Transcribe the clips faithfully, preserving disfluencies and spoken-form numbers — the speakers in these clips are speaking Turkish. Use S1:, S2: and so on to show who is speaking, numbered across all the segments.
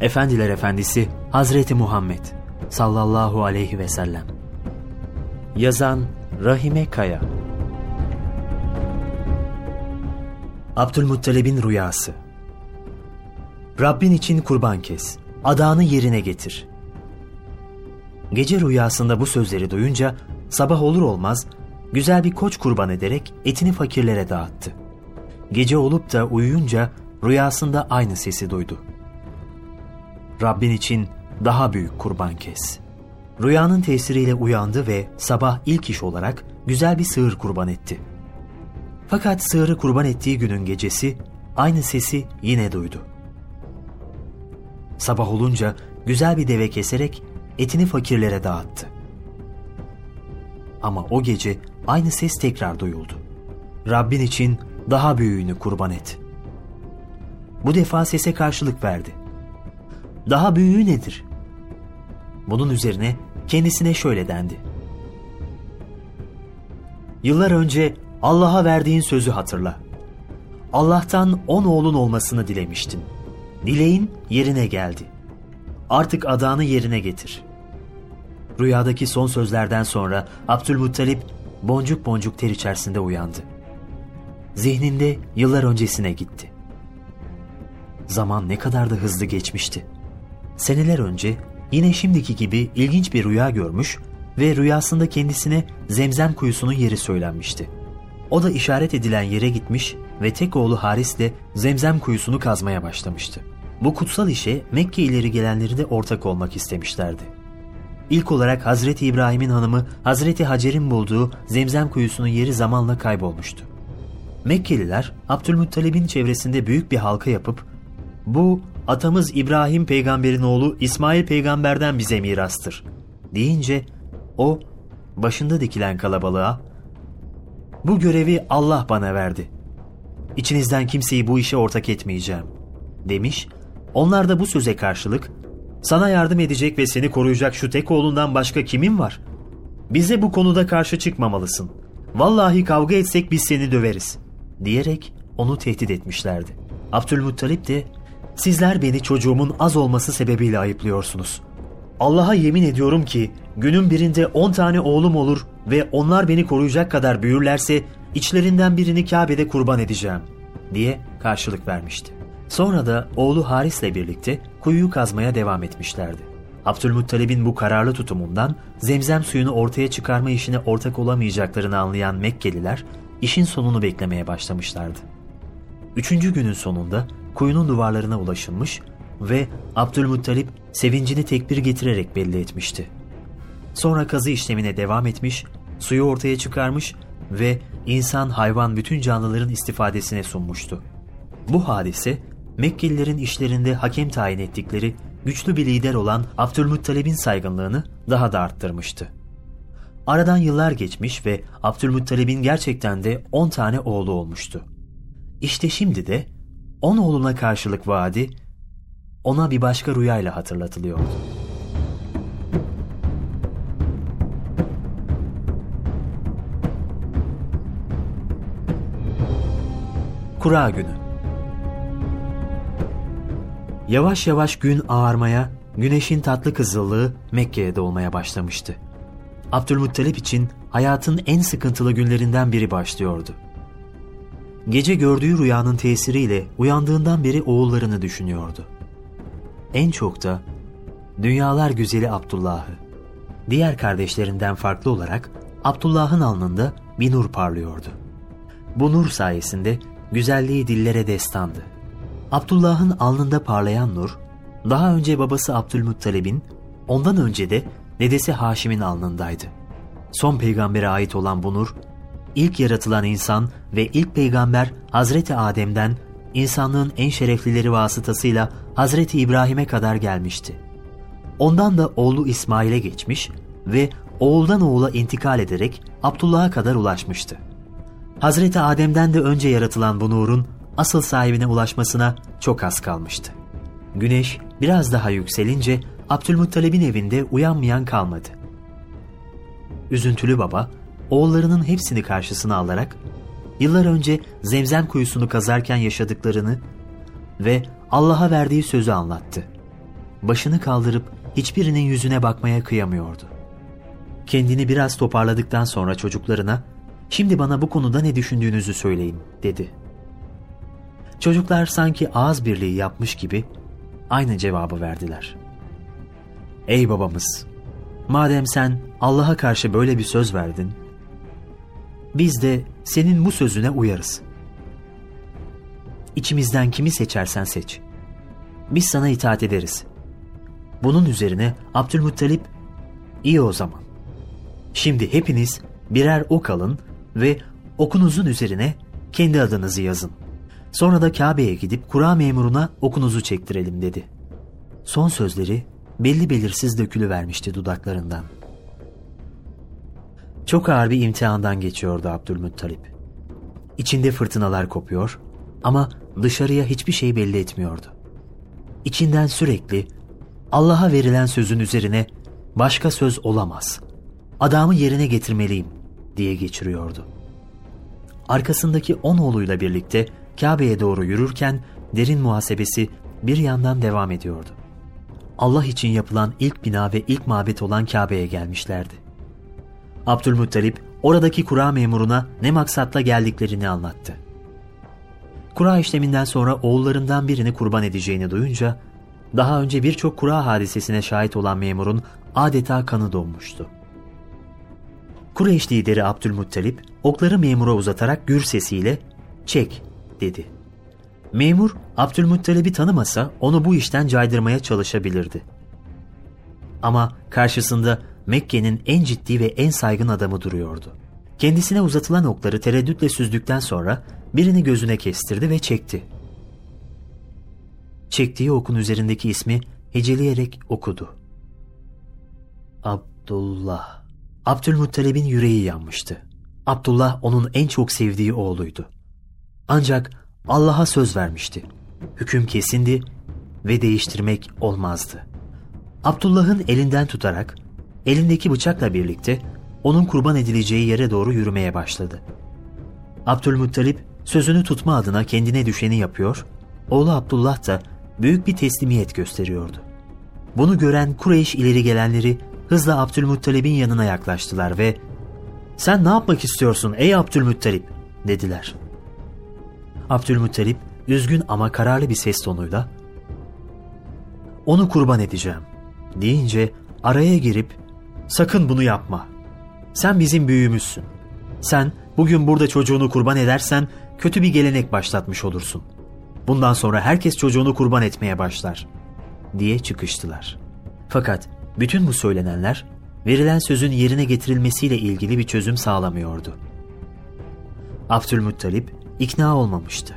S1: Efendiler Efendisi Hazreti Muhammed sallallahu aleyhi ve sellem. Yazan Rahime Kaya. Abdülmuttalib'in rüyası. Rabbin için kurban kes, adağını yerine getir. Gece rüyasında bu sözleri duyunca sabah olur olmaz güzel bir koç kurban ederek etini fakirlere dağıttı. Gece olup da uyuyunca rüyasında aynı sesi duydu. Rabbin için daha büyük kurban kes. Rüyanın tesiriyle uyandı ve sabah ilk iş olarak güzel bir sığır kurban etti. Fakat sığırı kurban ettiği günün gecesi aynı sesi yine duydu. Sabah olunca güzel bir deve keserek etini fakirlere dağıttı. Ama o gece aynı ses tekrar duyuldu. Rabbin için daha büyüğünü kurban et. Bu defa sese karşılık verdi. Daha büyüğü nedir? Bunun üzerine kendisine şöyle dendi. Yıllar önce Allah'a verdiğin sözü hatırla. Allah'tan on oğlun olmasını dilemiştin. Dileğin yerine geldi. Artık adağını yerine getir. Rüyadaki son sözlerden sonra Abdülmuttalip boncuk boncuk ter içerisinde uyandı. Zihninde yıllar öncesine gitti. Zaman ne kadar da hızlı geçmişti. Seneler önce yine şimdiki gibi ilginç bir rüya görmüş ve rüyasında kendisine Zemzem kuyusunun yeri söylenmişti. O da işaret edilen yere gitmiş ve tek oğlu Haris de Zemzem kuyusunu kazmaya başlamıştı. Bu kutsal işe Mekke ileri gelenleri de ortak olmak istemişlerdi. İlk olarak Hazreti İbrahim'in hanımı Hazreti Hacer'in bulduğu Zemzem kuyusunun yeri zamanla kaybolmuştu. Mekkeliler Abdülmuttalib'in çevresinde büyük bir halka yapıp "Bu atamız İbrahim peygamberin oğlu İsmail peygamberden bize mirastır" deyince o başında dikilen kalabalığa "Bu görevi Allah bana verdi. İçinizden kimseyi bu işe ortak etmeyeceğim" demiş. Onlar da bu söze karşılık "Sana yardım edecek ve seni koruyacak şu tek oğlundan başka kimin var? Bize bu konuda karşı çıkmamalısın. Vallahi kavga etsek biz seni döveriz" diyerek onu tehdit etmişlerdi. Abdülmuttalip de "Sizler beni çocuğumun az olması sebebiyle ayıplıyorsunuz. Allah'a yemin ediyorum ki günün birinde on tane oğlum olur ve onlar beni koruyacak kadar büyürlerse içlerinden birini Kabe'de kurban edeceğim" diye karşılık vermişti. Sonra da oğlu Haris'le birlikte kuyuyu kazmaya devam etmişlerdi. Abdülmuttalib'in bu kararlı tutumundan Zemzem suyunu ortaya çıkarma işine ortak olamayacaklarını anlayan Mekkeliler işin sonunu beklemeye başlamışlardı. Üçüncü günün sonunda kuyunun duvarlarına ulaşılmış ve Abdülmuttalip sevincini tekbir getirerek belli etmişti. Sonra kazı işlemine devam etmiş, suyu ortaya çıkarmış ve insan, hayvan, bütün canlıların istifadesine sunmuştu. Bu hadise Mekkelilerin işlerinde hakem tayin ettikleri güçlü bir lider olan Abdülmuttalib'in saygınlığını daha da arttırmıştı. Aradan yıllar geçmiş ve Abdülmuttalib'in gerçekten de on tane oğlu olmuştu. İşte şimdi de on oğluna karşılık vaadi ona bir başka rüyayla hatırlatılıyordu. Kura günü. Yavaş yavaş gün ağarmaya, güneşin tatlı kızıllığı Mekke'ye doğmaya başlamıştı. Abdülmuttalip için hayatın en sıkıntılı günlerinden biri başlıyordu. Gece gördüğü rüyanın tesiriyle uyandığından beri oğullarını düşünüyordu. En çok da dünyalar güzeli Abdullah'ı. Diğer kardeşlerinden farklı olarak Abdullah'ın alnında bir nur parlıyordu. Bu nur sayesinde güzelliği dillere destandı. Abdullah'ın alnında parlayan nur, daha önce babası Abdülmuttalib'in, ondan önce de dedesi Haşim'in alnındaydı. Son peygambere ait olan bu nur, ilk yaratılan insan ve ilk peygamber Hazreti Adem'den insanlığın en şereflileri vasıtasıyla Hazreti İbrahim'e kadar gelmişti. Ondan da oğlu İsmail'e geçmiş ve oğuldan oğula intikal ederek Abdullah'a kadar ulaşmıştı. Hazreti Adem'den de önce yaratılan bu nurun asıl sahibine ulaşmasına çok az kalmıştı. Güneş biraz daha yükselince Abdülmuttalib'in evinde uyanmayan kalmadı. Üzüntülü baba, oğullarının hepsini karşısına alarak yıllar önce Zemzem kuyusunu kazarken yaşadıklarını ve Allah'a verdiği sözü anlattı. başını kaldırıp hiçbirinin yüzüne bakmaya kıyamıyordu. Kendini biraz toparladıktan sonra çocuklarına, "Şimdi bana bu konuda ne düşündüğünüzü söyleyin," dedi. Çocuklar sanki ağız birliği yapmış gibi aynı cevabı verdiler. "Ey babamız, madem sen Allah'a karşı böyle bir söz verdin, biz de senin bu sözüne uyarız. İçimizden kimi seçersen seç. Biz sana itaat ederiz." Bunun üzerine Abdülmuttalip, "İyi o zaman. Şimdi hepiniz birer ok alın ve okunuzun üzerine kendi adınızı yazın. Sonra da Kabe'ye gidip Kura memuruna okunuzu çektirelim," dedi. Son sözleri belli belirsiz dökülüvermişti dudaklarından. Çok ağır bir imtihandan geçiyordu Abdülmuttalip. İçinde fırtınalar kopuyor ama dışarıya hiçbir şey belli etmiyordu. İçinden sürekli Allah'a verilen sözün üzerine başka söz olamaz, adamı yerine getirmeliyim diye geçiriyordu. Arkasındaki on oğluyla birlikte Kabe'ye doğru yürürken derin muhasebesi bir yandan devam ediyordu. Allah için yapılan ilk bina ve ilk mabet olan Kabe'ye gelmişlerdi. Abdülmuttalip oradaki kura memuruna ne maksatla geldiklerini anlattı. Kura işleminden sonra oğullarından birini kurban edeceğini duyunca, daha önce birçok kura hadisesine şahit olan memurun adeta kanı donmuştu. Kureyş lideri Abdülmuttalip okları memura uzatarak gür sesiyle "Çek," dedi. Memur Abdülmuttalip'i tanımasa onu bu işten caydırmaya çalışabilirdi. Ama karşısında Mekke'nin en ciddi ve en saygın adamı duruyordu. Kendisine uzatılan okları tereddütle süzdükten sonra birini gözüne kestirdi ve çekti. Çektiği okun üzerindeki ismi heceleyerek okudu. Abdullah. Abdülmuttalib'in yüreği yanmıştı. Abdullah onun en çok sevdiği oğluydu. Ancak Allah'a söz vermişti. Hüküm kesindi ve değiştirmek olmazdı. Abdullah'ın elinden tutarak elindeki bıçakla birlikte onun kurban edileceği yere doğru yürümeye başladı. Abdülmuttalip sözünü tutma adına kendine düşeni yapıyor, oğlu Abdullah da büyük bir teslimiyet gösteriyordu. Bunu gören Kureyş ileri gelenleri hızla Abdülmuttalib'in yanına yaklaştılar ve "Sen ne yapmak istiyorsun ey Abdülmuttalip?" dediler. Abdülmuttalip üzgün ama kararlı bir ses tonuyla "Onu kurban edeceğim," deyince araya girip "Sakın bunu yapma. Sen bizim büyüğümüzsün. Sen bugün burada çocuğunu kurban edersen kötü bir gelenek başlatmış olursun. Bundan sonra herkes çocuğunu kurban etmeye başlar," diye çıkıştılar. Fakat bütün bu söylenenler verilen sözün yerine getirilmesiyle ilgili bir çözüm sağlamıyordu. Abdülmuttalip ikna olmamıştı.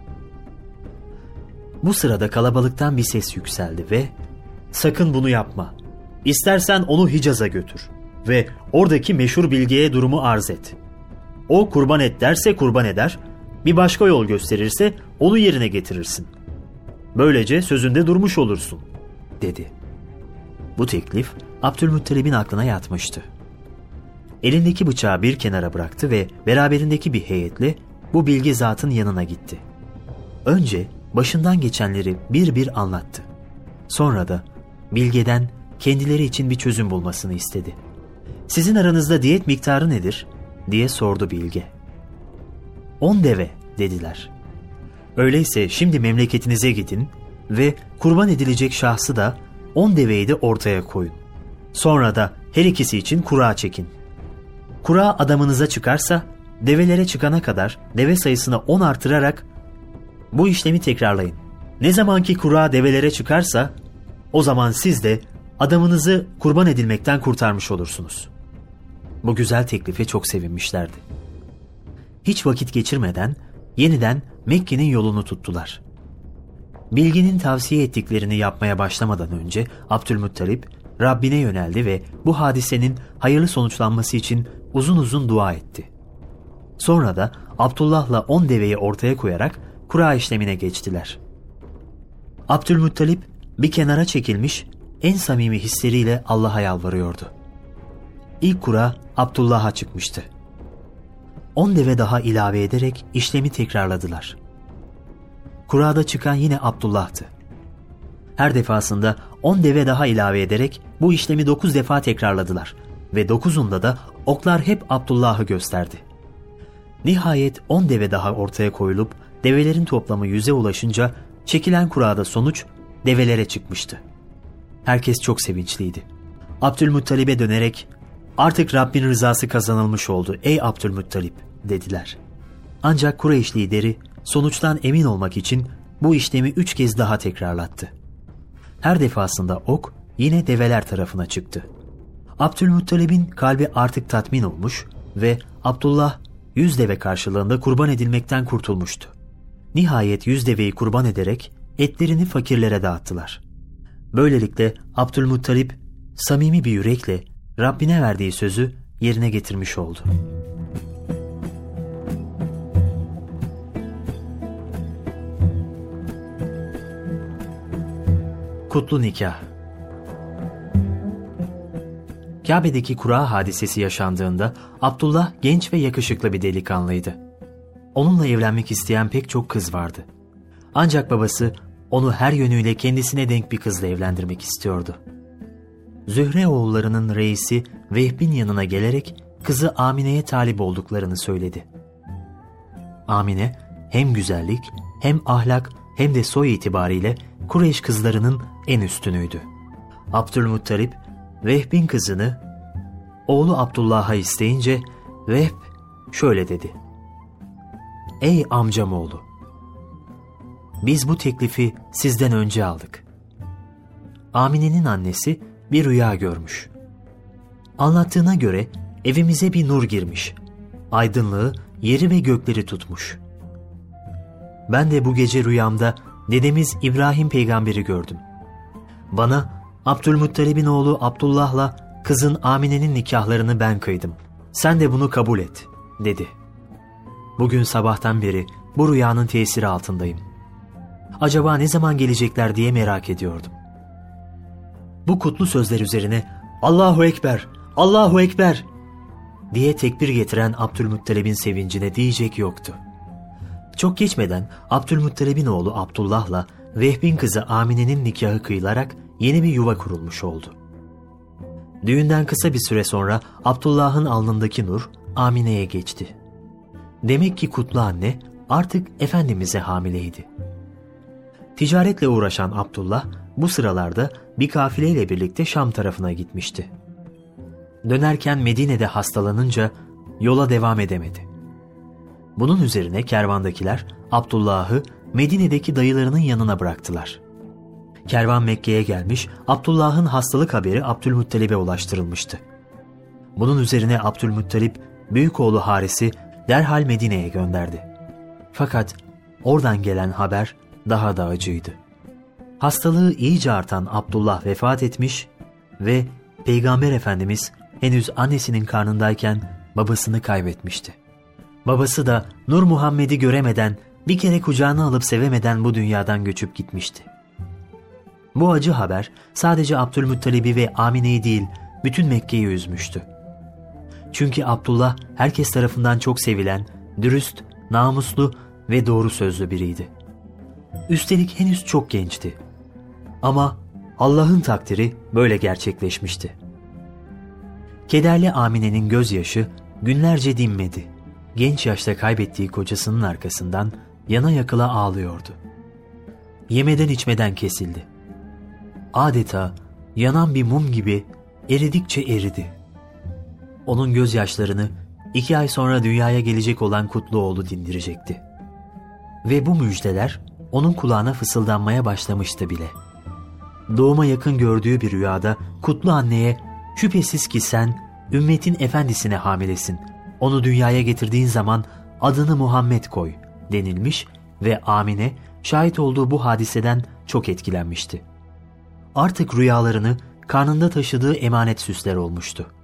S1: Bu sırada kalabalıktan bir ses yükseldi ve "Sakın bunu yapma. İstersen onu Hicaz'a götür ve oradaki meşhur bilgeye durumu arz et. O kurban et derse kurban eder, bir başka yol gösterirse onu yerine getirirsin. Böylece sözünde durmuş olursun," dedi. Bu teklif Abdülmuttalib'in aklına yatmıştı. Elindeki bıçağı bir kenara bıraktı ve beraberindeki bir heyetle bu bilge zatın yanına gitti. Önce başından geçenleri bir bir anlattı. Sonra da bilgeden kendileri için bir çözüm bulmasını istedi. "Sizin aranızda diyet miktarı nedir?" diye sordu bilge. "On deve," dediler. "Öyleyse şimdi memleketinize gidin ve kurban edilecek şahsı da on deveyi de ortaya koyun. Sonra da her ikisi için kura çekin. Kura adamınıza çıkarsa develere çıkana kadar deve sayısını on artırarak bu işlemi tekrarlayın. Ne zamanki kura develere çıkarsa o zaman siz de adamınızı kurban edilmekten kurtarmış olursunuz." Bu güzel teklife çok sevinmişlerdi. Hiç vakit geçirmeden yeniden Mekke'nin yolunu tuttular. Bilginin tavsiye ettiklerini yapmaya başlamadan önce Abdülmuttalip Rabbine yöneldi ve bu hadisenin hayırlı sonuçlanması için uzun uzun dua etti. Sonra da Abdullah'la on deveyi ortaya koyarak kura işlemine geçtiler. Abdülmuttalip bir kenara çekilmiş, en samimi hisleriyle Allah'a yalvarıyordu. İlk kura Abdullah'a çıkmıştı. On deve daha ilave ederek işlemi tekrarladılar. Kurada çıkan yine Abdullah'tı. Her defasında on deve daha ilave ederek bu işlemi dokuz defa tekrarladılar ve dokuzunda da oklar hep Abdullah'ı gösterdi. Nihayet on deve daha ortaya koyulup develerin toplamı yüze ulaşınca çekilen kurada sonuç develere çıkmıştı. Herkes çok sevinçliydi. Abdülmuttalib'e dönerek "Artık Rabbin rızası kazanılmış oldu ey Abdülmuttalib" dediler. Ancak Kureyş lideri sonuçtan emin olmak için bu işlemi üç kez daha tekrarlattı. Her defasında ok yine develer tarafına çıktı. Abdülmuttalib'in kalbi artık tatmin olmuş ve Abdullah yüz deve karşılığında kurban edilmekten kurtulmuştu. Nihayet yüz deveyi kurban ederek etlerini fakirlere dağıttılar. Böylelikle Abdülmuttalib samimi bir yürekle Rabbine verdiği sözü yerine getirmiş oldu. Kutlu Nikah. Kabe'deki kura hadisesi yaşandığında Abdullah genç ve yakışıklı bir delikanlıydı. Onunla evlenmek isteyen pek çok kız vardı. Ancak babası onu her yönüyle kendisine denk bir kızla evlendirmek istiyordu. Zühre oğullarının reisi Vehb'in yanına gelerek kızı Amine'ye talip olduklarını söyledi. Amine hem güzellik hem ahlak hem de soy itibariyle Kureyş kızlarının en üstünüydü. Abdülmuttalib Vehb'in kızını oğlu Abdullah'a isteyince Vehb şöyle dedi: "Ey amcam oğlu, biz bu teklifi sizden önce aldık." Amine'nin annesi bir rüya görmüş. Anlattığına göre evimize bir nur girmiş. Aydınlığı yeri ve gökleri tutmuş. Ben de bu gece rüyamda dedemiz İbrahim peygamberi gördüm. Bana Abdülmuttalib'in oğlu Abdullah'la kızın Amine'nin nikahlarını ben kıydım. Sen de bunu kabul et, dedi. Bugün sabahtan beri bu rüyanın tesiri altındayım. Acaba ne zaman gelecekler diye merak ediyordum. Bu kutlu sözler üzerine "Allahu Ekber, Allahu Ekber" diye tekbir getiren Abdülmuttalib'in sevincine diyecek yoktu. Çok geçmeden Abdülmuttalib'in oğlu Abdullah'la Vehb'in kızı Amine'nin nikahı kıyılarak yeni bir yuva kurulmuş oldu. Düğünden kısa bir süre sonra Abdullah'ın alnındaki nur Amine'ye geçti. Demek ki kutlu anne artık Efendimiz'e hamileydi. Ticaretle uğraşan Abdullah bu sıralarda bir kafileyle birlikte Şam tarafına gitmişti. Dönerken Medine'de hastalanınca yola devam edemedi. Bunun üzerine kervandakiler Abdullah'ı Medine'deki dayılarının yanına bıraktılar. Kervan Mekke'ye gelmiş, Abdullah'ın hastalık haberi Abdülmuttalib'e ulaştırılmıştı. Bunun üzerine Abdülmuttalib büyük oğlu Haris'i derhal Medine'ye gönderdi. Fakat oradan gelen haber daha da acıydı. Hastalığı iyice artan Abdullah vefat etmiş ve Peygamber Efendimiz henüz annesinin karnındayken babasını kaybetmişti. Babası da Nur Muhammed'i göremeden, bir kere kucağına alıp sevemeden bu dünyadan göçüp gitmişti. Bu acı haber sadece Abdülmuttalib'i ve Amine'yi değil, bütün Mekke'yi üzmüştü. Çünkü Abdullah herkes tarafından çok sevilen, dürüst, namuslu ve doğru sözlü biriydi. Üstelik henüz çok gençti. Ama Allah'ın takdiri böyle gerçekleşmişti. Kederli Amine'nin gözyaşı günlerce dinmedi. Genç yaşta kaybettiği kocasının arkasından yana yakıla ağlıyordu. Yemeden içmeden kesildi. Adeta yanan bir mum gibi eridikçe eridi. Onun gözyaşlarını iki ay sonra dünyaya gelecek olan kutlu oğlu dindirecekti. Ve bu müjdeler onun kulağına fısıldanmaya başlamıştı bile. Doğuma yakın gördüğü bir rüyada kutlu anneye "Şüphesiz ki sen ümmetin efendisine hamilesin. Onu dünyaya getirdiğin zaman adını Muhammed koy" denilmiş ve Amine şahit olduğu bu hadiseden çok etkilenmişti. Artık rüyalarını karnında taşıdığı emanet süsler olmuştu.